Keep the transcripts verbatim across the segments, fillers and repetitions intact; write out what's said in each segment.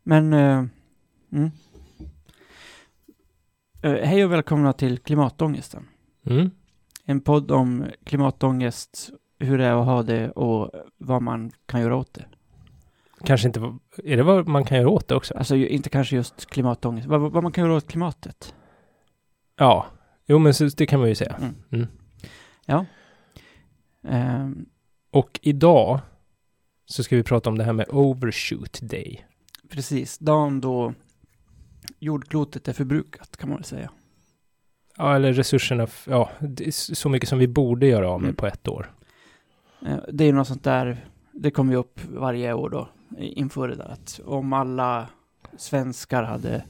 Men uh, mm. uh, hej och välkomna till Klimatångesten. Mm. En podd om klimatångest, hur det är att ha det och vad man kan göra åt det. Kanske inte, är det vad man kan göra åt det också? Alltså inte kanske just klimatångest, vad, vad man kan göra åt klimatet. Ja, jo men så, det kan man ju säga. Mm. Mm. Ja. Um, och idag så ska vi prata om det här med Overshoot Day. Precis, dagen då jordklotet är förbrukat kan man väl säga. Ja, eller resurserna, ja, det är så mycket som vi borde göra av med mm. på ett år. Det är något sånt där, det kommer ju upp varje år då inför det där att om alla svenskar hade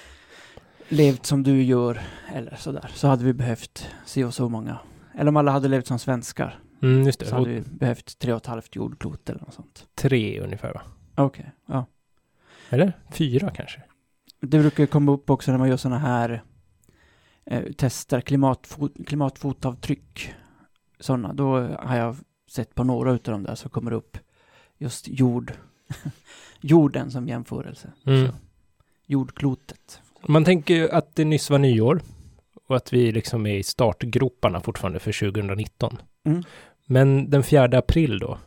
levt som du gör eller sådär så hade vi behövt se och så många. Eller om alla hade levt som svenskar mm, just det. så hade vi behövt tre och ett halvt jordklot eller något sånt. Tre ungefär va? Okej, okay, ja. Eller fyra kanske? Det brukar komma upp också när man gör såna här eh, tester, klimatfot, klimatfotavtryck. Sådana, då har jag sett på några utav dem där så kommer det upp just jord, jorden som jämförelse. Mm. Så, jordklotet. Man tänker ju att det nyss var nyår och att vi liksom är i startgroparna fortfarande för tjugonitton. Mm. Men den fjärde april då,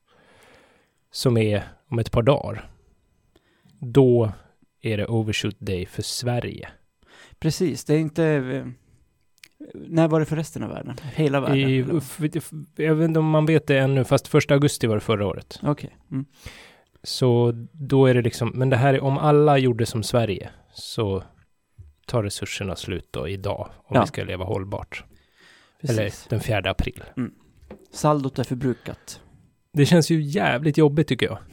som är om ett par dagar, då är det Overshoot Day för Sverige. Precis, det är inte... Eh, när var det för resten av världen? Hela världen? I, jag vet inte om man vet det ännu, fast första augusti var det förra året. Okej. Okay. Mm. Så då är det liksom, men det här är om alla gjorde som Sverige så tar resurserna slut då idag om ja. vi ska leva hållbart. Precis. Eller den fjärde april. Mm. Saldot är förbrukat. Det känns ju jävligt jobbigt tycker jag.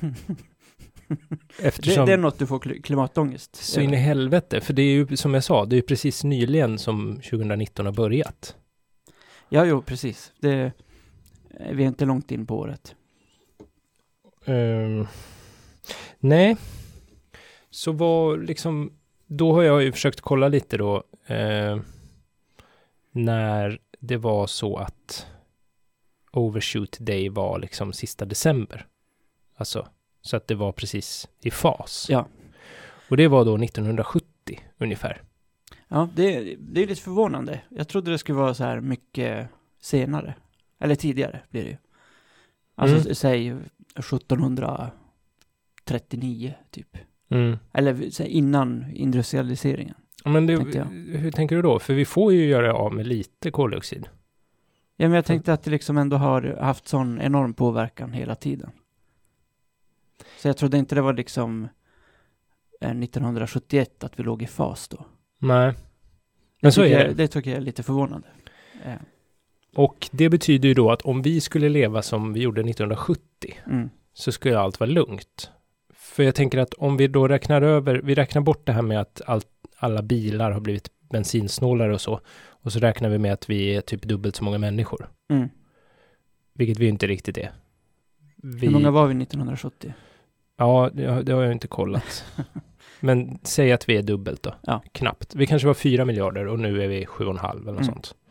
Eftersom det, det är något du får klimatångest. Så in i helvete, för det är ju som jag sa, det är ju precis nyligen som tjugonitton har börjat. Ja, jo, precis. Det, vi är inte långt in på året. Um, nej. Så vad liksom, då har jag ju försökt kolla lite då eh, när det var så att Overshoot Day var liksom sista december. Alltså så att det var precis i fas. Ja. Och det var då nittonhundrasjuttio ungefär. Ja, det, det är lite förvånande. Jag trodde det skulle vara så här mycket senare. Eller tidigare blir det ju. Alltså mm. säg sjuttonhundratrettionio typ. Mm. Eller säg innan industrialiseringen. Men det, hur tänker du då? För vi får ju göra av med lite koldioxid. Ja, men jag tänkte att det liksom ändå har haft sån enorm påverkan hela tiden. Så jag trodde inte det var liksom eh, nittonhundrasjuttioett att vi låg i fas då. Nej. Men så är det. Jag, det tycker jag är lite förvånande. Eh. Och det betyder ju då att om vi skulle leva som vi gjorde nittonhundrasjuttio mm. så skulle allt vara lugnt. För jag tänker att om vi då räknar över, vi räknar bort det här med att all, alla bilar har blivit bensinsnålare och så. Och så räknar vi med att vi är typ dubbelt så många människor. Mm. Vilket vi inte riktigt är. Vi, Hur många var vi nittonhundrasjuttio? Ja, det, det har jag inte kollat. Men säg att vi är dubbelt då. Ja. Knappt. Vi kanske var fyra miljarder och nu är vi sju och en halv eller något mm. sånt.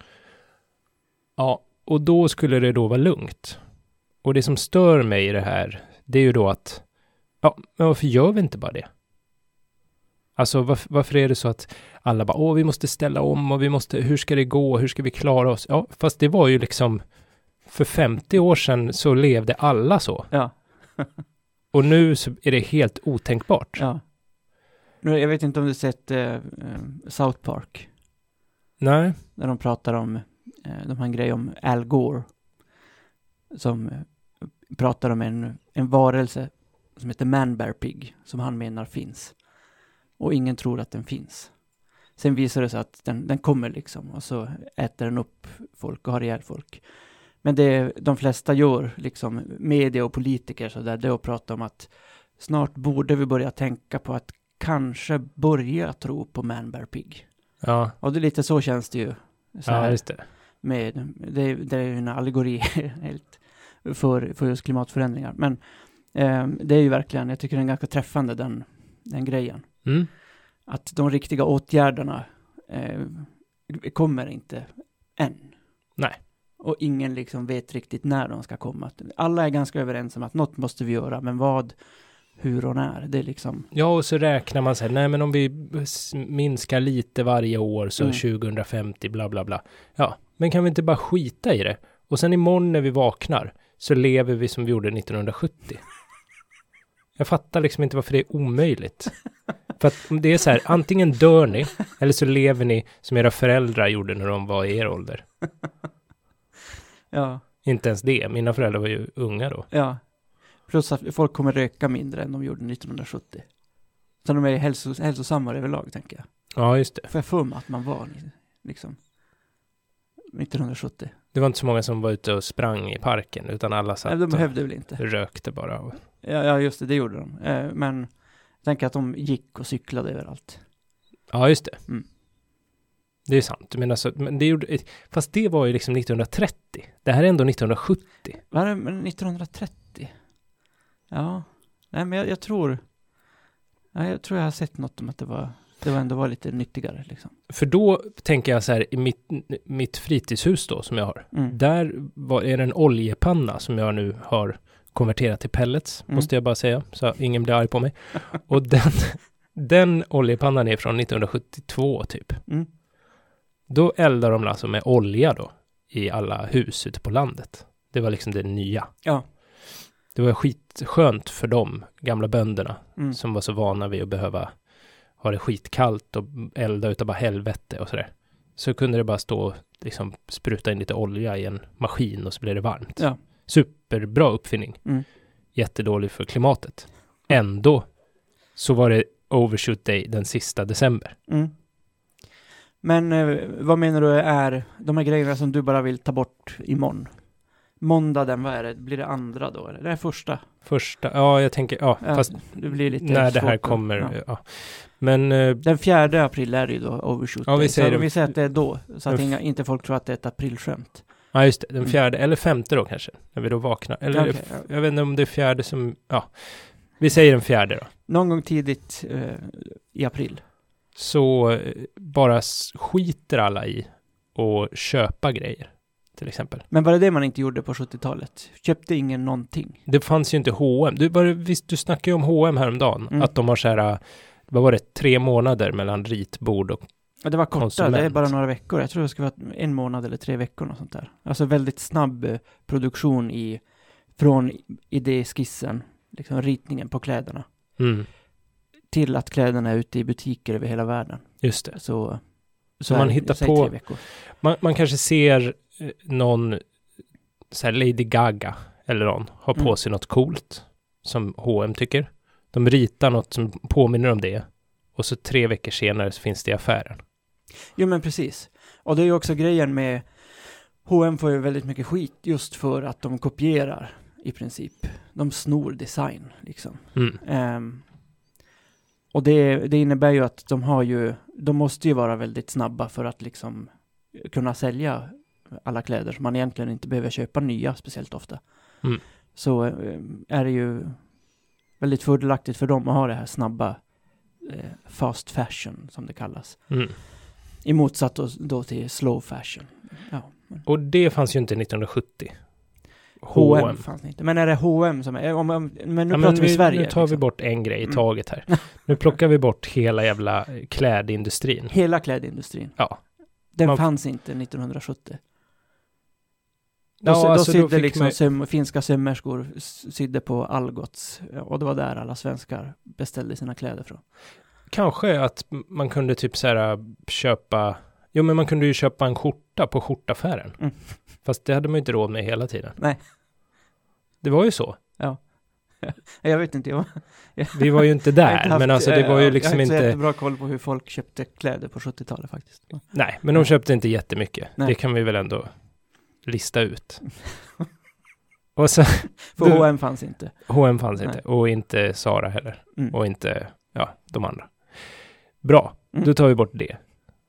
Ja, och då skulle det då vara lugnt. Och det som stör mig i det här, det är ju då att ja, men varför gör vi inte bara det? Alltså varför, varför är det så att alla bara, åh vi måste ställa om och vi måste, hur ska det gå, hur ska vi klara oss? Ja, fast det var ju liksom, för femtio år sedan så levde alla så. Ja. Och nu så är det helt otänkbart. Ja. Jag vet inte om du sett uh, South Park. Nej. När de pratar om, uh, de har en grej om Al Gore. Som uh, pratar om en, en varelse som heter Man Bear Pig. Som han menar finns. Och ingen tror att den finns. Sen visar det sig att den, den kommer liksom. Och så äter den upp folk och har ihjäl folk. Men det de flesta gör, liksom media och politiker så där, det är att prata om att snart borde vi börja tänka på att kanske börja tro på Man Bear Pig. Ja. Och det är lite så känns det ju. Så ja, här, just det. Med, det, det är ju en allegori helt för, för just klimatförändringar. Men eh, det är ju verkligen, jag tycker det är ganska träffande den, den grejen. Mm. Att de riktiga åtgärderna eh, kommer inte än. Nej. Och ingen liksom vet riktigt när de ska komma. Alla är ganska överens om att något måste vi göra, men vad, hur och när. Det är liksom... Ja, och så räknar man så här, nej men om vi minskar lite varje år så Mm. tjugohundrafemtio bla bla bla. Ja, men kan vi inte bara skita i det? Och sen imorgon när vi vaknar så lever vi som vi gjorde nittonhundrasjuttio. Jag fattar liksom inte varför det är omöjligt. För att det är så här, antingen dör ni eller så lever ni som era föräldrar gjorde när de var i er ålder. Ja, Inte ens det, mina föräldrar var ju unga då. ja. Plus att folk kommer röka mindre än de gjorde nittonhundrasjuttio. Så de är hälsos- hälsosammare överlag, tänker jag. Ja, just det. Får jag för mig att man var liksom nittonhundrasjuttio. Det var inte så många som var ute och sprang i parken, utan alla satt Nej, de och behövde väl inte. rökte bara. Och... Ja, ja, just det, det gjorde de. Eh, men jag tänker att de gick och cyklade överallt. Ja, just det. Mm. Det är sant. Men alltså, men det gjorde, fast det var ju liksom nittonhundratrettio. Det här är ändå nittonhundrasjuttio. Var det men nittonhundratrettio? Ja. Nej, men jag, jag tror... Ja, jag tror jag har sett något om att det var... Det var ändå var lite nyttigare, liksom. För då tänker jag så här, i mitt, mitt fritidshus då som jag har. Mm. Där var, är det en oljepanna som jag nu har konverterat till pellets, Mm. måste jag bara säga. Så ingen blir arg på mig. Och den, den oljepannan är från nittonhundrasjuttiotvå typ. Mm. Då eldar de alltså med olja då i alla hus ute på landet. Det var liksom det nya. Ja. Det var skitskönt för de gamla bönderna Mm. som var så vana vid att behöva ha det skitkallt och elda utav bara helvete och sådär. Så kunde det bara stå och liksom spruta in lite olja i en maskin och så blev det varmt. Ja. Superbra uppfinning. Mm. Jättedålig för klimatet. Ändå så var det overshoot day den sista december. Mm. Men eh, vad menar du är de här grejerna som du bara vill ta bort imorgon? Måndag den, vad är det? Blir det andra då? Eller det är första? Första, ja jag tänker, ja, Ja, fast det blir lite när det här svårt då. kommer, ja. Ja. Men, eh, Den fjärde april är det ju då overshoot. Ja, vi day. säger så det. vi säger att det är då. Så att Den f- inga, inte folk tror att det är ett aprilskämt. ja just det, den Mm. fjärde, eller femte då kanske, när vi då vaknar. Eller Okej, f- ja. jag vet inte om det är fjärde som, ja, vi säger den fjärde då. Någon gång tidigt eh, i april. Så eh, bara s- skiter alla i och köpa grejer, till exempel. Men var det det man inte gjorde på sjuttiotalet? Köpte ingen någonting? Det fanns ju inte H och M. Du, var, det- visst, du snackade ju om H och M häromdagen, Mm. att de har så här, vad var det, tre månader mellan ritbord och, Ja, det var kortare, Konsument. det är bara några veckor. Jag tror det ska vara en månad eller tre veckor och sånt där. Alltså väldigt snabb eh, produktion i, från idéskissen, liksom ritningen på kläderna, mm, till att kläderna är ute i butiker över hela världen. just det. Så, Så är man det, hittar jag säger på- tre veckor. Man, man kanske ser eh, någon så här Lady Gaga eller någon ha på Mm. sig något coolt som H och M tycker. De ritar något som påminner om det och så tre veckor senare så finns det i affären. Jo, men precis. Och det är ju också grejen med H och M får ju väldigt mycket skit just för att de kopierar i princip. De snor design liksom. Mm. Ehm, och det, det innebär ju att de har ju, de måste ju vara väldigt snabba för att liksom kunna sälja alla kläder som man egentligen inte behöver köpa nya speciellt ofta. Mm. Så eh, är det ju väldigt fördelaktigt för dem att ha det här snabba eh, fast fashion som det kallas. Mm. I motsatt då, då till slow fashion. Ja. Och det fanns ju inte nittonhundrasjuttio. H och M fanns det inte. Men är det H och M som är... Om, om, men nu Ja, pratar men vi Sverige. Nu tar vi liksom. bort en grej i Mm. taget här. Nu plockar vi bort hela jävla klädindustrin. Hela klädindustrin. Ja. Den Man- fanns inte nittonhundrasjuttio. Ja, Då, sy- alltså, då då sydde fick liksom man- söm, finska sömmerskor s- sydde på Algots. Och det var där alla svenskar beställde sina kläder från. Kanske att man kunde typ så här köpa... Jo, men man kunde ju köpa en skjorta på skjortaffären. Mm. Fast det hade man ju inte råd med hela tiden. Nej. Det var ju så. Jag vet inte. Jag, Vi var ju inte jag har inte där, haft- men alltså det var ju jag- liksom Jag har inte så inte... jättebra koll på hur folk köpte kläder på sjuttiotalet faktiskt. Nej, men de köpte inte jättemycket. Nej. Det kan vi väl ändå lista ut. Och så För Du- H och M fanns inte. H och M fanns Nej. inte. Och inte Zara heller. Mm. Och inte, ja, de andra. Bra, Mm. då tar vi bort det.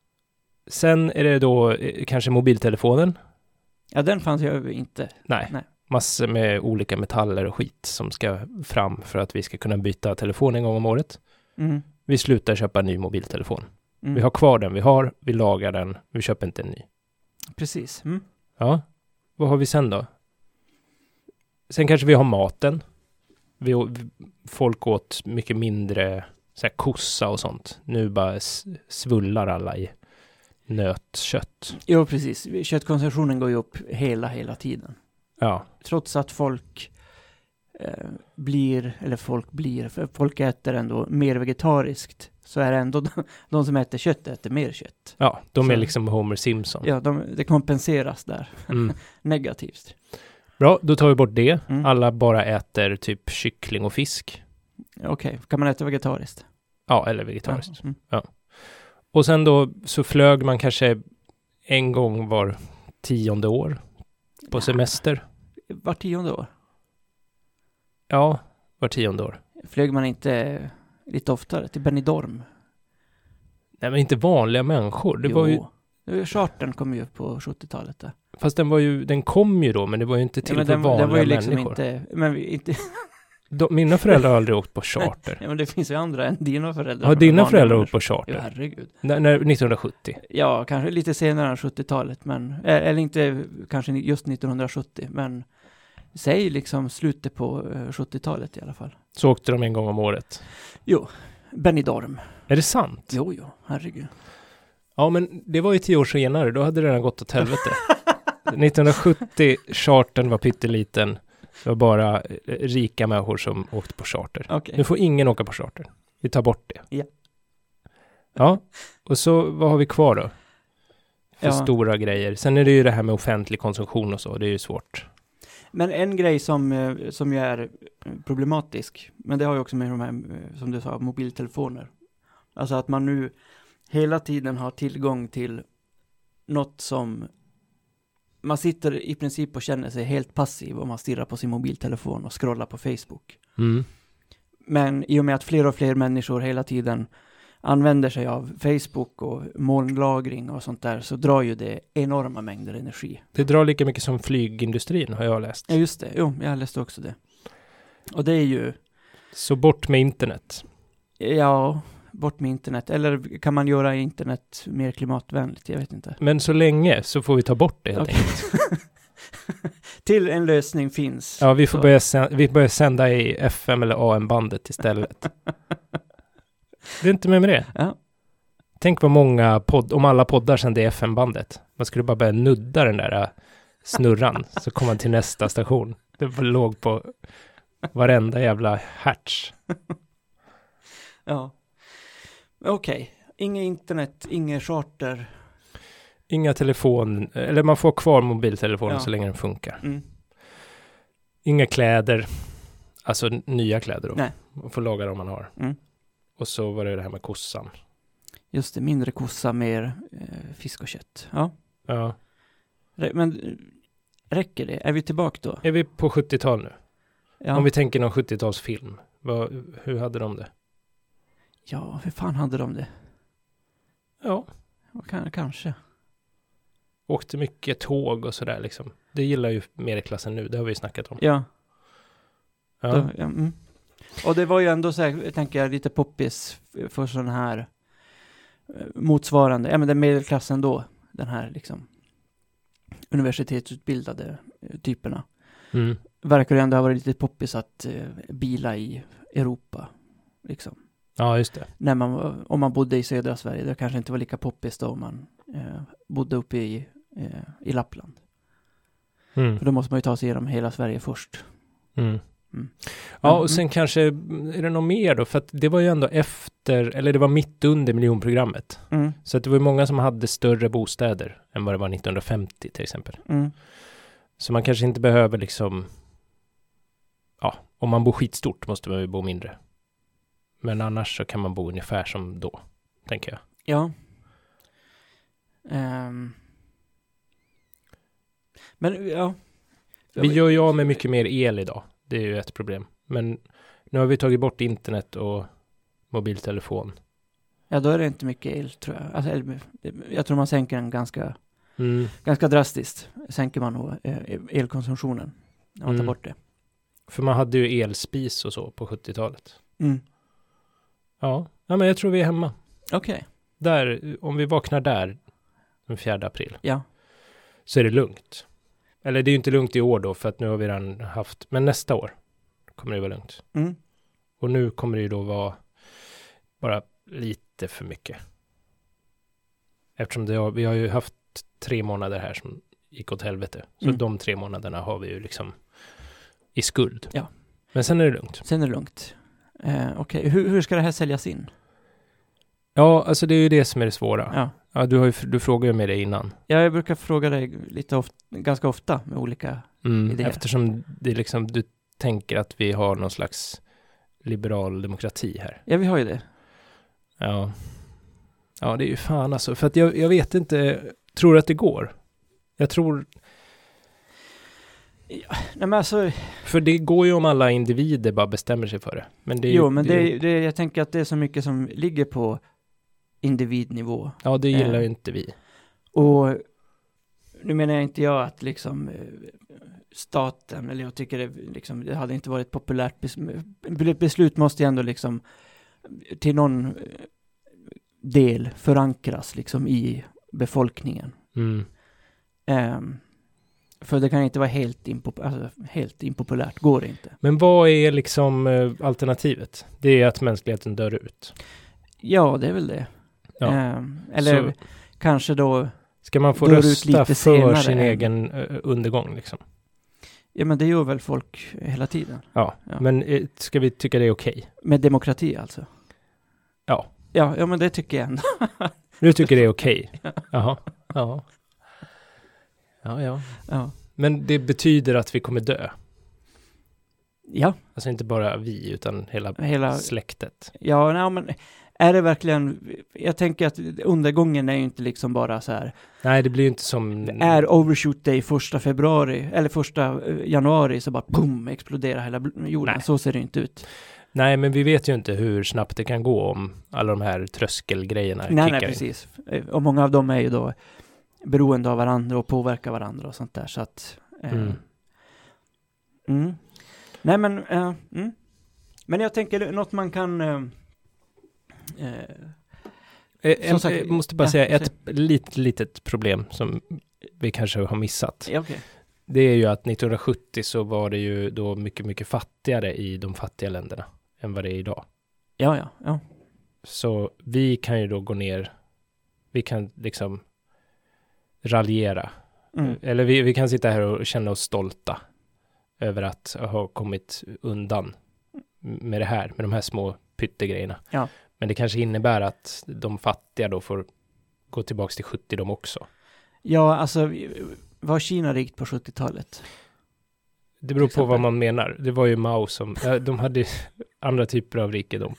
Sen är det då eh, kanske mobiltelefonen. Ja, den fanns ju inte. Nej. Nej. Massor med olika metaller och skit som ska fram för att vi ska kunna byta telefon en gång om året. Mm. Vi slutar köpa en ny mobiltelefon. Mm. Vi har kvar den vi har, vi lagar den, vi köper inte en ny. Precis. Mm. Ja, vad har vi sen då? Sen kanske vi har maten. Vi, vi, folk åt mycket mindre så här, kossa och sånt. Nu bara s- svullar alla i nötkött. Jo, precis. Köttkonsumtionen går ju upp hela, hela tiden. Ja. Trots att folk eh, blir, eller folk blir, för folk äter ändå mer vegetariskt, så är det ändå de, de som äter kött äter mer kött. Ja, de Så- är liksom Homer Simpson. Ja, de, det kompenseras där Mm. negativt. Bra, då tar vi bort det. Mm. Alla bara äter typ kyckling och fisk. Okej, kan man äta vegetariskt? Ja, eller vegetariskt. Ja, mm. Och sen då så flög man kanske en gång var tionde år på Ja. semester. Var tionde år. Ja, var tionde år. Flög man inte lite oftare till Benidorm? Nej, men inte vanliga människor. Det jo. var ju, Det var ju chartern kom ju på sjuttiotalet där. fast den var ju, den kom ju då, men det var ju inte till Ja, men för den, vanliga den var ju liksom människor. inte, men vi- inte De, mina föräldrar har aldrig åkt på charter. ja, men det finns ju andra än dina föräldrar. Har som är dina vanliga föräldrar människor. åkt på Jo, charter? herregud. När, när, nittonhundrasjuttio? Ja, kanske lite senare än sjuttiotalet, men, eh, eller inte kanske just nittonhundrasjuttio, men säg liksom slutet på eh, sjuttiotalet i alla fall. Så åkte de en gång om året. Jo, Benidorm. Är det sant? Jo, jo, herregud. Ja, men det var ju tio år senare. Då hade det redan gått åt helvete. nittonhundrasjuttio, chartern var pytteliten. Det var bara eh, rika människor som åkte på charter. Okej. Nu får ingen åka på charter. Vi tar bort det. Ja. Ja, och så vad har vi kvar då? För Ja. stora grejer. Sen är det ju det här med offentlig konsumtion och så. Det är ju svårt. Men en grej som, eh, som ju är problematisk, men det har ju också med de här, eh, som du sa, mobiltelefoner. Alltså att man nu hela tiden har tillgång till något som man sitter i princip och känner sig helt passiv om man stirrar på sin mobiltelefon och scrollar på Facebook. Mm. Men i och med att fler och fler människor hela tiden använder sig av Facebook och molnlagring och sånt där, så drar ju det enorma mängder energi. Det drar lika mycket som flygindustrin har jag läst. Ja, just det. Jo, jag läste också det. Och det är ju, Så bort med internet. ja, bort med internet. Eller kan man göra internet mer klimatvänligt? Jag vet inte. Men så länge så får vi ta bort det helt Okej. enkelt. Till en lösning finns. Ja, vi får Så- börja, sän- vi börjar sända i F M eller A M-bandet istället. Det är inte med med det. Ja. Tänk vad många podd, om alla poddar sände i F M-bandet. Man skulle bara börja nudda den där äh, snurran, så kommer man till nästa station. Det var låg på varenda jävla hertz. Ja. Okej. Inget internet, inget charter. Inga telefon, eller man får kvar mobiltelefonen Ja. så länge den funkar. Mm. Inga kläder, alltså n- nya kläder då. Nej. Man får laga dem man har. Mm. Och så var det det här med kossan. Just det, mindre kossa, mer eh, fisk och kött. Ja. Ja. Re- Men eh, räcker det? Är vi tillbaka då? Är vi på sjuttiotal nu? Ja. Om vi tänker någon sjuttiotalsfilm. Vad, hur hade de det? Ja, hur fan hade de det? Ja. Ja, kan, kanske. Åkte mycket tåg och sådär liksom. Det gillar ju medelklassen nu, det har vi snackat om. Ja. Ja. Då, ja mm. Och det var ju ändå så här, jag tänker lite poppis f- för sådana här eh, motsvarande, ja men den medelklassen då, den här liksom universitetsutbildade eh, typerna. Mm. Verkar ju ändå ha varit lite poppis att eh, bila i Europa, liksom. Ja, just det. När man, var- om man bodde i södra Sverige, det kanske inte var lika poppis då om man eh, bodde uppe i, eh, i Lappland. Mm. För då måste man ju ta sig igenom hela Sverige först. Mm. Mm. Ja, Mm. och sen kanske, är det något mer då? För att det var ju ändå efter, eller det var mitt under miljonprogrammet. Mm. Så att det var ju många som hade större bostäder än vad det var nittonhundrafemtio till exempel. Mm. Så man kanske inte behöver liksom, ja, om man bor skitstort måste man ju bo mindre. Men annars så kan man bo ungefär som då, tänker jag. Ja. Ehm. Men ja. Vi gör ju av med mycket mer el idag. Det är ju ett problem. Men nu har vi tagit bort internet och mobiltelefon. Ja, då är det inte mycket el, tror jag. Alltså, el- jag tror man sänker den ganska, Mm. ganska drastiskt. Sänker man nog eh, elkonsumtionen när man tar Mm. bort det. För man hade ju elspis och så på sjuttiotalet. Mm. Ja, ja men jag tror vi är hemma. Okej. Där, om vi vaknar där den fjärde april Ja. så är det lugnt. Eller det är ju inte lugnt i år då för att nu har vi redan haft, men nästa år kommer det vara lugnt. Mm. Och nu kommer det ju då vara bara lite för mycket. Eftersom det har, vi har ju haft tre månader här som gick åt helvete. Så Mm. de tre månaderna har vi ju liksom i skuld. Ja. Men sen är det lugnt. Sen är det lugnt. Eh, Okej, hur, hur ska det här säljas in? Ja, alltså det är ju det som är det svåra. Ja. Ja, du, har ju, du frågade ju med det innan. Ja, jag brukar fråga dig lite ofta, ganska ofta med olika Mm, idéer. eftersom det liksom, du tänker att vi har någon slags liberal demokrati här. Ja, vi har ju det. Ja. Ja, det är ju fan alltså. För att jag, jag vet inte, tror att det går? Jag tror... Ja, nej men alltså... För det går ju om alla individer bara bestämmer sig för det. Men det är, Jo, men det, det, är- det, är- jag tänker att det är så mycket som ligger på individnivå. ja, det gillar eh. ju inte vi. Och nu menar jag inte jag att liksom eh, staten, eller jag tycker det, liksom, det hade inte varit populärt bes- beslut måste ju ändå liksom till någon eh, del förankras liksom i befolkningen. Mm. Ehm, för det kan inte vara helt, impop- alltså, helt impopulärt, går det inte. Men vad är liksom eh, alternativet? Det är att mänskligheten dör ut. Ja, det är väl det. Ja. Ehm, eller Så- kanske då, Ska man få Dör ut rösta lite för senare sin än- egen eh, undergång liksom? ja men det gör väl folk hela tiden. Ja, Ja. men eh, ska vi tycka det är okej? Med demokrati alltså. Ja. Ja, ja men det tycker jag ändå. Du tycker det är okej? Jaha, ja. Ja, ja. Ja. Men det betyder att vi kommer dö. Ja, Alltså inte bara vi, utan hela, hela, släktet. ja, nej, men är det verkligen, jag tänker att undergången är ju inte liksom bara så här, Nej, det blir ju inte som... är overshoot day första februari, eller första eh, januari så bara boom, exploderar hela bl- jorden. Nej. Så ser det inte ut. Nej, men vi vet ju inte hur snabbt det kan gå om alla de här tröskelgrejerna Nej, kickar nej, in. precis. Eh, Och många av dem är ju då beroende av varandra och påverkar varandra och sånt där, så att... Eh, Mm. mm. Nej, men... Eh, mm. Men jag tänker något man kan... Eh, eh, Eh, Som en, sagt, jag måste bara ja, säga säg. ett litet, litet problem som vi kanske har missat. ja, okej. Det är ju att nittonhundrasjuttio så var det ju då mycket, mycket fattigare i de fattiga länderna än vad det är idag. Ja, ja, ja. Så vi kan ju då gå ner, vi kan liksom raljera. Mm. Eller vi, vi kan sitta här och känna oss stolta över att ha kommit undan med det här, med de här små pyttegrejerna. Ja. Men det kanske innebär att de fattiga då får gå tillbaka till sjuttio de också. Ja, alltså, var Kina rikt på sjuttiotalet? Det beror Till på vad exempel. man menar. Det var ju Mao som, ja, de hade andra typer av rikedom.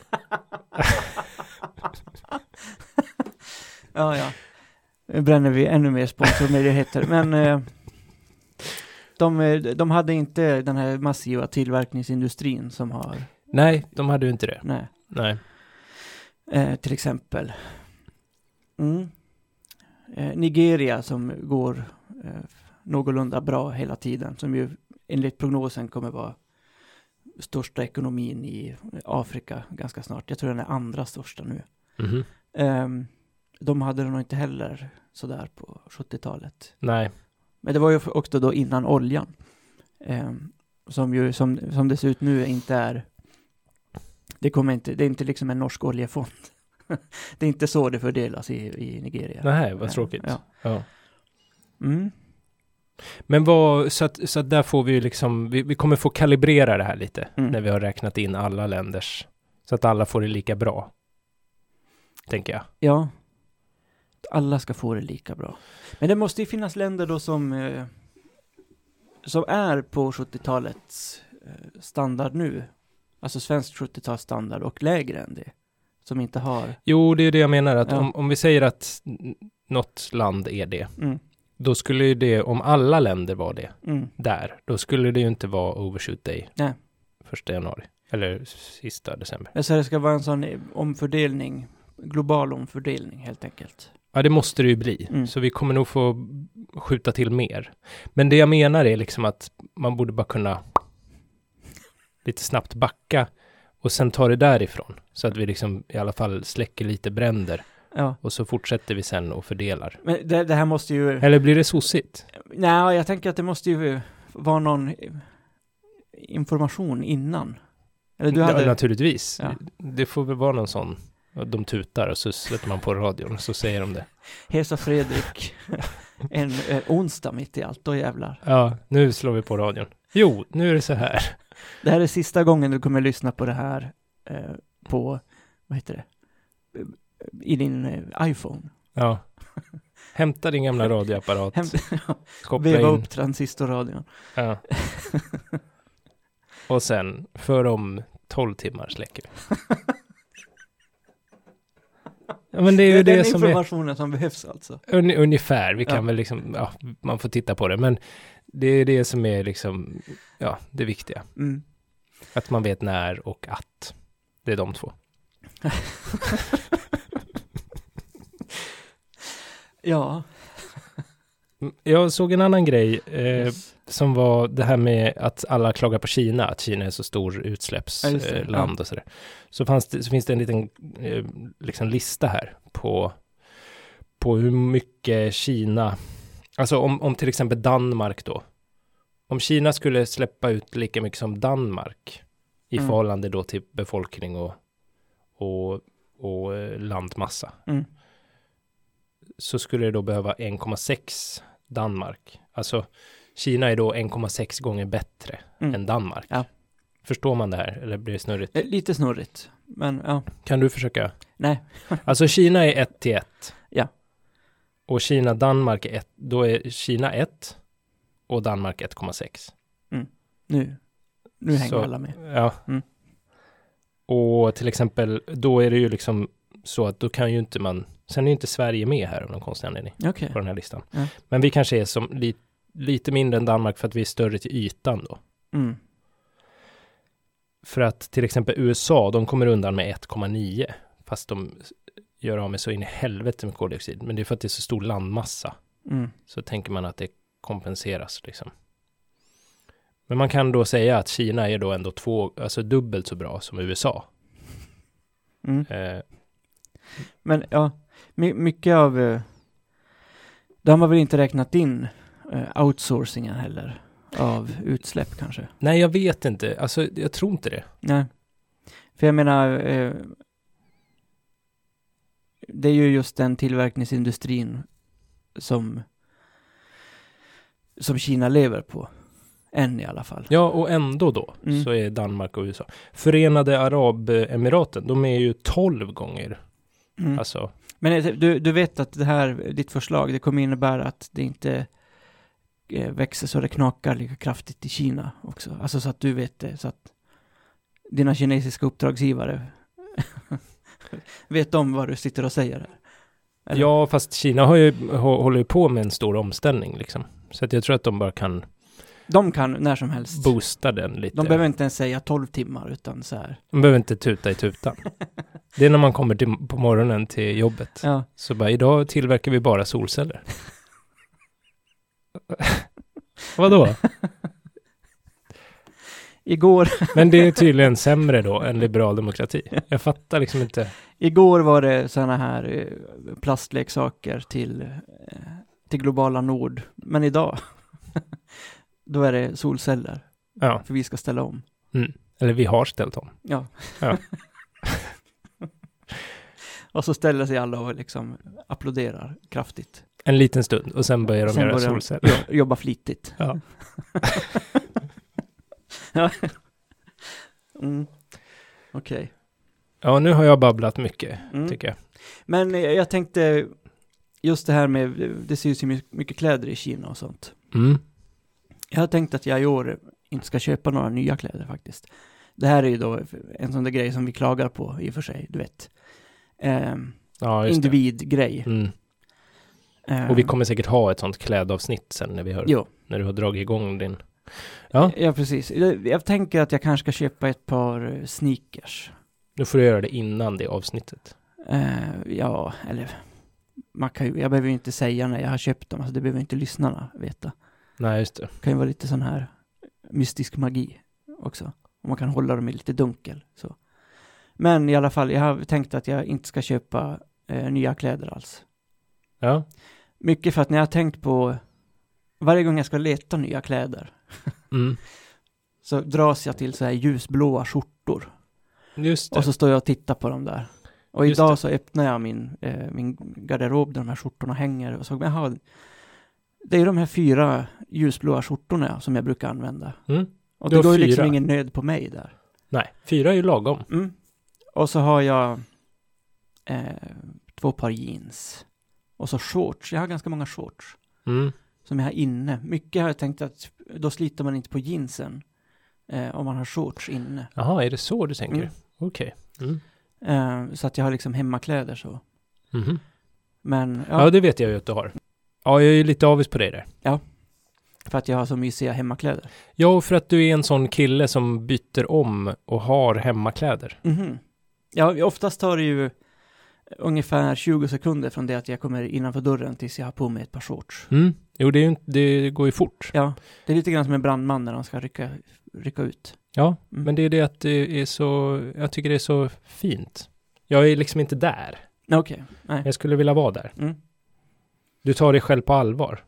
Ja, ja. Nu bränner vi ännu mer sponsormöjligheter. Men eh, de, eh, de hade inte den här massiva tillverkningsindustrin som har, Nej, de hade ju inte det. nej, Nej. eh, till exempel. Mm. Eh, Nigeria som går eh, någorlunda bra hela tiden, som ju enligt prognosen kommer vara största ekonomin i Afrika ganska snart. Jag tror den är andra största nu. Mhm. Ehm, de hade det nog inte heller sådär på sjuttiotalet. Nej. Men det var ju också då innan oljan. Ehm, som ju, som, som det ser ut nu, inte är... Det kommer inte, det är inte liksom en norsk oljefond. Det är inte så det fördelas i, i Nigeria. Nej, vad tråkigt. Ja. Ja. Mm. Men vad, så att, så att där får vi ju liksom, vi, vi kommer få kalibrera det här lite Mm. när vi har räknat in alla länders, så att alla får det lika bra. Tänker jag. Ja. Alla ska få det lika bra. Men det måste ju finnas länder då som, eh, som är på sjuttiotalets eh, standard nu. Alltså svensk sjuttiotalsstandard och lägre än det. Som inte har... Jo, det är det jag menar, att Ja. om, om vi säger att n- något land är det, Mm, då skulle ju det, om alla länder var det, mm, där, då skulle det ju inte vara overshoot day Nej. första januari, eller sista december. Men så det ska vara en sån omfördelning, global omfördelning helt enkelt. Ja, det måste det ju bli. Mm. Så vi kommer nog få skjuta till mer. Men det jag menar är liksom att man borde bara kunna lite snabbt backa och sen ta det därifrån. Så att vi liksom i alla fall släcker lite bränder. Ja. Och så fortsätter vi sen och fördelar. Men det, det här måste ju... Eller blir det sossigt? Nej, jag tänker att det måste ju vara någon information innan? Eller du hade... Ja, naturligtvis. Ja. Det får väl vara någon sån. De tutar och så sätter man på radion och så säger de det. Hesa Fredrik. En eh, onsdag mitt i allt. Då jävlar. Ja, nu slår vi på radion. Jo, nu är det så här. Det här är sista gången du kommer lyssna på det här eh, på, vad heter det? I din eh, iPhone. Ja. Hämta din gamla radioapparat. Häm- koppla Veva in. upp transistorradion. Ja. Och sen för om tolv timmar släcker vi. Ja, men det är ju det är det, den som är informationen som behövs alltså. un, ungefär. Vi kan Ja. väl liksom, ja, man får titta på det. Men det är det som är liksom, ja, det viktiga. Mm. Att man vet när och att. Det är de två. Ja. Jag såg en annan grej eh, Yes. som var det här med att alla klagar på Kina, att Kina är så stor utsläppsland Ja, just det. eh, land och sådär. Så, fanns det, så finns det en liten eh, liksom lista här på, på hur mycket Kina, alltså om, om till exempel Danmark då, om Kina skulle släppa ut lika mycket som Danmark i Mm. förhållande då till befolkning och, och, och eh, landmassa, Mm. så skulle det då behöva en komma sex Danmark. Alltså Kina är då en komma sex gånger bättre Mm. än Danmark. Ja. Förstår man det här eller blir det snurrigt? Eh, Lite snurrigt. Men ja. Kan du försöka? Nej. Alltså Kina är ett till ett. Ja. Och Kina Danmark är ett. Då är Kina ett och Danmark ett komma sex. Nu. Nu hänger Så- alla med. Ja. Mm. Och till exempel då är det ju liksom så att då kan ju inte man, sen är ju inte Sverige med här av någon konstig anledning Okej. på den här listan. Ja. Men vi kanske är som li, lite mindre än Danmark för att vi är större till ytan då. Mm. För att till exempel U S A, de kommer undan med ett komma nio fast de gör av med så in i helvete med koldioxid. Men det är för att det är så stor landmassa. Mm. Så tänker man att det kompenseras liksom. Men man kan då säga att Kina är då ändå två, alltså dubbelt så bra som U S A. Mm. Eh, Men ja, my- mycket av... Eh, de har väl inte räknat in eh, outsourcingen heller av utsläpp kanske. nej, jag vet inte. Alltså, jag tror inte det. Nej. För jag menar, eh, det är ju just den tillverkningsindustrin som som Kina lever på. Än i alla fall. Ja, och ändå då Mm. så är Danmark och U S A. Förenade Arabemiraten, de är ju tolv gånger. Mm. Alltså, Men eh, du, du vet att det här, ditt förslag, det kommer innebära att det inte eh, växer så det knakar lika kraftigt i Kina också. Alltså så att du vet det, så att dina kinesiska uppdragsgivare vet om vad du sitter och säger. Eller? ja, fast Kina har ju, hå- håller ju på med en stor omställning liksom. Så att jag tror att de bara kan De kan när som helst. boosta den lite. De behöver inte ens säga tolv timmar utan så här. De behöver inte tuta i tutan. Det är när man kommer till, på morgonen till jobbet. Ja. Så bara, idag tillverkar vi bara solceller. Vadå? Igår, Men det är tydligen sämre då än liberal demokrati. Jag fattar liksom inte. igår var det såna här eh, plastleksaker till, eh, till globala nord. Men idag, då är det solceller. Ja, För vi ska ställa om. mm. Eller vi har ställt om. Ja. Ja. Och så ställer sig alla och liksom applåderar kraftigt. En liten stund och sen börjar de Sen göra börjar de solceller. jo- jobba flitigt. Ja. Ja. Mm. Okej. Ja, nu har jag babblat mycket, Mm. tycker jag. Men eh, jag tänkte, just det här med, det syns ju my- mycket kläder i Kina och sånt. Mm. Jag har tänkt att jag i år inte ska köpa några nya kläder faktiskt. Det här är ju då en sån där grej som vi klagar på i och för sig, du vet. Ehm, Ja, just det. individgrej. Mm. Ehm, Och vi kommer säkert ha ett sånt klädavsnitt sen när vi hör, Jo, när du har dragit igång din. Ja, ja precis. Jag, jag tänker att jag kanske ska köpa ett par eh, sneakers. nu får du göra det innan det avsnittet. Eh, ja, eller man kan ju, jag behöver ju inte säga när jag har köpt dem, alltså det behöver inte lyssnarna veta. Nej, just det. Det kan ju vara lite sån här mystisk magi också. Och man kan hålla dem i lite dunkel. Så. Men i alla fall, jag har tänkt att jag inte ska köpa eh, nya kläder alls. Ja, Mycket för att när jag har tänkt på varje gång jag ska leta nya kläder mm. så dras jag till så här ljusblåa skjortor. Just det. Och så står jag och tittar på dem där. Och Just idag det. så öppnar jag min, eh, min garderob där de här skjortorna hänger. Och så, jaha, det är de här fyra ljusblåa skjortorna som jag brukar använda. Mm. Och Du det har går ju liksom fyra. ingen nöd på mig där. Nej, fyra är ju lagom. Mm. Och så har jag eh, två par jeans. Och så shorts. Jag har ganska många shorts Mm. som jag har inne. Mycket har jag tänkt att då sliter man inte på jeansen eh, om man har shorts inne. Jaha, är det så du tänker? Mm. Okej. Mm. Eh, så att jag har liksom hemmakläder så. Mhm. Men Ja. ja, det vet jag ju att du har. Ja, jag är ju lite avis på dig där. för att jag har så mysiga hemmakläder. Ja, och för att du är en sån kille som byter om och har hemmakläder. Mhm. Ja, oftast tar det ju ungefär tjugo sekunder från det att jag kommer innanför dörren tills jag har på mig ett par shorts. Mm. Jo, det, är ju inte, det går ju fort. Ja, det är lite grann som en brandman när de ska rycka, rycka ut. Ja, Mm. men det är det att det är så... Jag tycker det är så fint. Jag är liksom inte där. Okej, nej. Jag skulle vilja vara där. Mm. Du tar dig själv på allvar.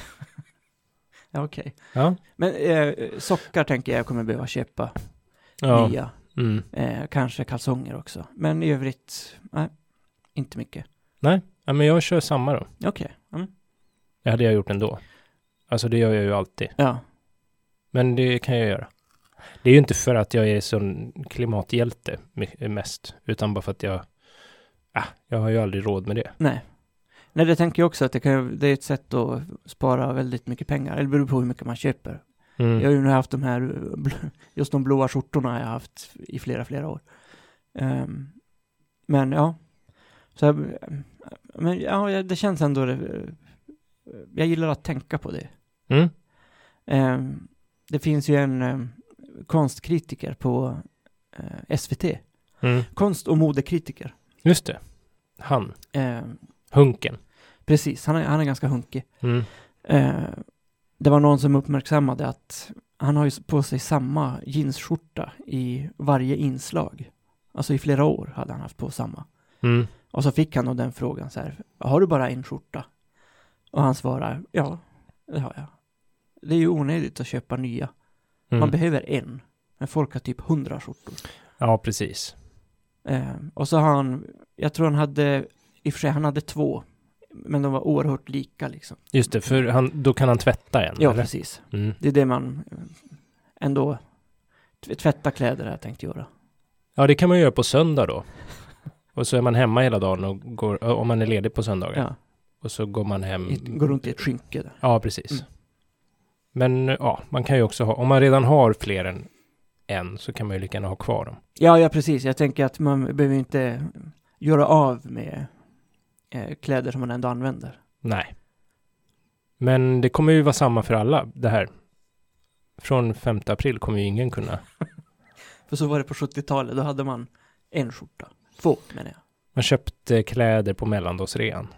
Ja, okej. Ja. Men eh, sockar tänker jag kommer behöva köpa Ja. nya. Mm. Eh, kanske kalsonger också. Men i övrigt, nej, inte mycket. Nej, ja, men jag kör samma då. Okej. Mm. Det hade jag gjort ändå. Alltså det gör jag ju alltid. Ja. Men det kan jag göra. Det är ju inte för att jag är sån klimathjälte my- mest. Utan bara för att jag... Ah, jag har ju aldrig råd med det. Nej. Nej, det tänker jag också att det, kan, det är ett sätt att spara väldigt mycket pengar. Eller beror på hur mycket man köper. Mm. Jag har ju nu haft de här, bl- just de blåa skjortorna har jag haft i flera, flera år. Um, men ja. Så, jag- men ja, det känns ändå, det, jag gillar att tänka på det. Mm. Um, det finns ju en um, konstkritiker på uh, S V T. Mm. Konst- och modekritiker. Just det. Han. Um, Hunken. precis, han är, han är ganska hunkig. Mm. Uh, det var någon som uppmärksammade att han har ju på sig samma jeansskjorta i varje inslag. Alltså i flera år hade han haft på samma. Mm. Och så fick han då den frågan så här: har du bara en skjorta? Och han svarar: ja, det har jag. Det är ju onödigt att köpa nya. Mm. Man behöver en. Men folk har typ hundra skjortor. Ja, precis. Eh, och så har han, jag tror han hade, i och för sig han hade två. Men de var oerhört lika liksom. Just det, för han, då kan han tvätta en. Ja, eller? precis. Mm. Det är det man eh, ändå, tv- tvätta kläder har jag tänkt göra. Ja, det kan man göra på söndag då. Och så är man hemma hela dagen och går, om man är ledig på söndagar. Ja, Och så går man hem. i- går runt i ett skynke där. Ja, precis. Mm. Men ja, man kan ju också ha, om man redan har fler än en så kan man ju lika gärna ha kvar dem. Ja, ja, precis. Jag tänker att man behöver inte göra av med eh, kläder som man ändå använder. Nej. Men det kommer ju vara samma för alla, det här. Från femte april kommer ju ingen kunna. För så var det på sjuttiotalet, då hade man en skjorta. Två, menar jag. Man köpte kläder på mellandagsrean.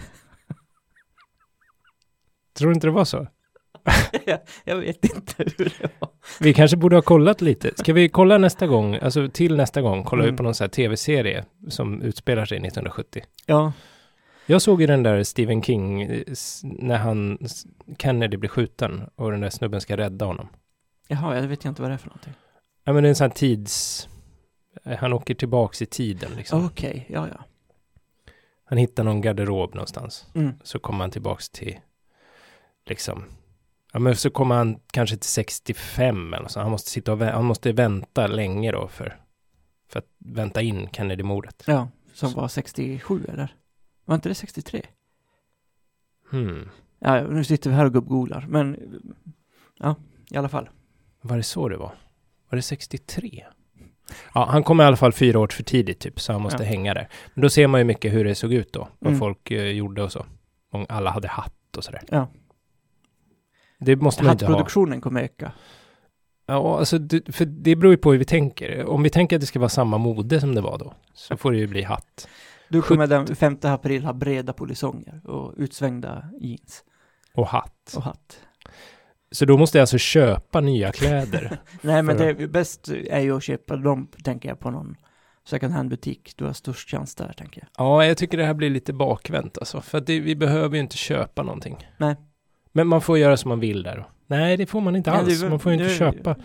Tror du inte det var så? jag, jag vet inte hur det var. Vi kanske borde ha kollat lite. Ska vi kolla nästa gång, alltså till nästa gång, kollar Mm. vi på någon sån här tv-serie som utspelar sig nittonhundrasjuttio. Ja, Jag såg ju den där Stephen King eh, s- när han, s- Kennedy blir skjuten och den där snubben ska rädda honom. jaha, jag vet inte vad det är för någonting. Ja, men det är en sån här tids... eh, Han åker tillbaks i tiden liksom. Okej, ja, ja. Han hittar någon garderob någonstans. Mm. Så kommer han tillbaks till liksom... Ja, men så kommer han kanske till sextiofem eller så. Han måste sitta och vä- han måste vänta länge då för, för att vänta in Kennedy-mordet. Ja, som Så. var sextiosju, eller? Var inte det sextiotre? Hmm. Ja, ja, nu sitter vi här och gubbgooglar. Men, ja, i alla fall. Var det så det var? Var det sextiotre? Ja, han kom i alla fall fyra år för tidigt typ, så han måste Ja. hänga där. Men då ser man ju mycket hur det såg ut då. Vad Mm. folk eh, gjorde och så. Och alla hade hatt och sådär. Ja. Det måste man inte ha. Hattproduktionen kommer öka. Ja, alltså, det, för det beror ju på hur vi tänker. Om vi tänker att det ska vara samma mode som det var då, så får det ju bli hatt. Du kommer den femte april ha breda polisonger och utsvängda jeans Och hatt. och hatt. Så då måste jag alltså köpa nya kläder. Nej, men För- det bäst är ju att köpa dem, tänker jag, på någon second hand-butik. Du har störst chans där, tänker jag. Ja, jag tycker det här blir lite bakvänt alltså. För att det, vi behöver ju inte köpa någonting. Nej. Men man får göra som man vill där då. Nej, det får man inte Nej, alls. det- man får ju inte det- köpa.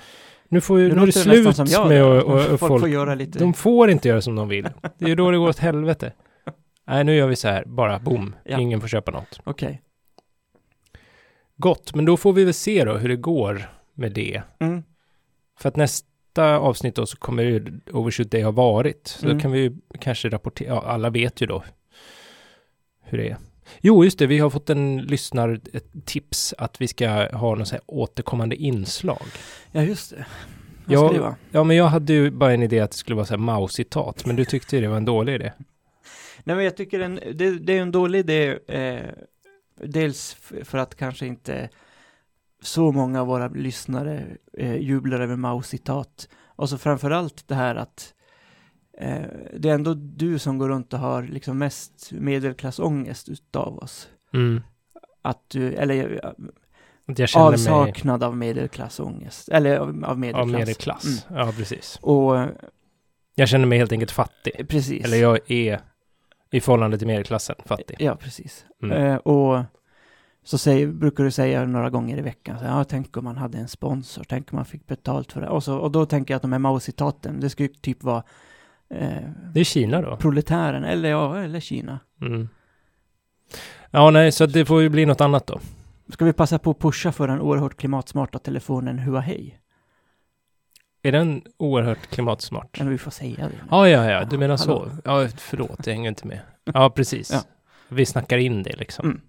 Nu, får ju, Nu nu är det låter det slut nästan som jag med där. och, och, och Folk folk. får göra lite- De får inte göra som de vill. Det är ju då det går åt helvete. Nej, nu gör vi så här. Bara boom. Ja. Ingen får köpa något. Okej. Gott, men då får vi väl se då hur det går med det. Mm. För att nästa avsnitt då så kommer ju Overshoot Day ha varit. Så Mm. då kan vi ju kanske rapportera. Ja, alla vet ju då hur det är. Jo, just det. Vi har fått en lyssnar ett tips att vi ska ha någon så här återkommande inslag. Ja, just det. Vad Ja, ska det vara? Ja, men jag hade ju bara en idé att det skulle vara så här Mao-citat. Men du tyckte ju det var en dålig idé. Nej, men jag tycker en, det, det är en dålig idé. Eh, dels f- för att kanske inte så många av våra lyssnare eh, jublar över Mao-citat. Och så framförallt det här att eh, det är ändå du som går runt och har liksom mest medelklassångest utav oss. Mm. Att du, eller eh, Att jag känner mig avsaknad av medelklassångest. Eller av, av medelklass. av medelklass. Mm. Ja, precis. Och eh, Jag känner mig helt enkelt fattig. precis. Eller jag är i förhållande till medelklassen fattig. Ja, precis. Mm. Eh, och så säger, brukar du säga några gånger i veckan, så, ja, tänk om man hade en sponsor, tänk om man fick betalt för det. Och, så, och då tänker jag att de här Mao-citaten, det skulle typ vara eh, Det är Kina då. proletären, eller ja, eller Kina. Mm. Ja, nej, så det får ju bli något annat då. Ska vi passa på att pusha för den oerhört klimatsmarta telefonen Huawei? Är den oerhört klimatsmart? Men vi får säga det. Ja, ja, ja, du menar Hallå. så. Ja, förlåt, jag hänger inte med. Ja, precis. Ja. Vi snackar in det liksom. Mm.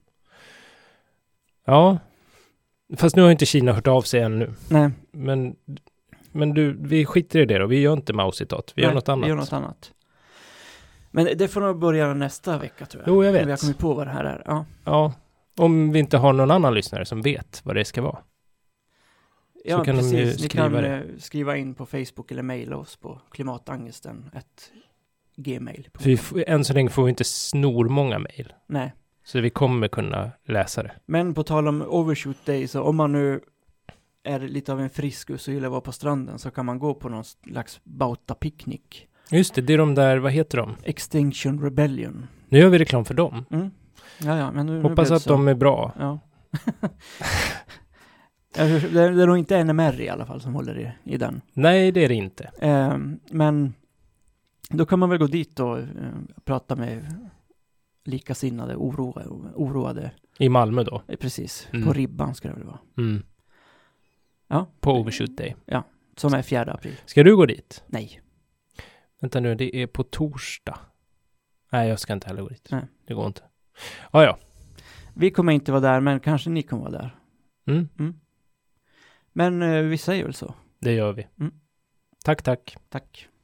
Ja, fast nu har inte Kina hört av sig ännu. Nej, Men, men du, vi skiter i det då. Vi gör inte Mao-citat. Vi nej, gör något annat. Vi gör något annat. Men det får nog börja nästa vecka, tror jag. Jo, jag Vi har vet. kommit på vad det här är. Ja. Ja, om vi inte har någon annan lyssnare som vet vad det ska vara. Ja, kan de ju precis. Ni skriva kan det. eh, skriva in på Facebook eller mejla oss på klimatangesten ett gmail. För vi, f- än så länge får vi inte snor många mejl. Nej, Så vi kommer kunna läsa det. men på tal om Overshoot Day, så om man nu är lite av en friskus och gillar att vara på stranden, så kan man gå på någon slags bautapicknick. Just det, det är de där, vad heter de? Extinction Rebellion. Nu gör vi reklam för dem. Mm. Ja, ja, men nu, nu Hoppas blev det att så. de är bra. Ja. Ja, det är det är nog inte N M R i alla fall som håller i, i den. Nej, det är det inte. Ehm, men då kan man väl gå dit och eh, prata med likasinnade, oroade, oroade I Malmö då. eh, precis, Mm. på ribban ska det väl vara. Mm. Ja. På Overshoot Day. Som är fjärde april. Ska du gå dit? Nej. Vänta nu, det är på torsdag. Nej, jag ska inte heller gå dit. Nej. Det går inte. Ja, ja. Vi kommer inte vara där, men kanske ni kommer vara där. Mm, Men eh, vi säger väl så. det gör vi. Mm. Tack, tack. Tack.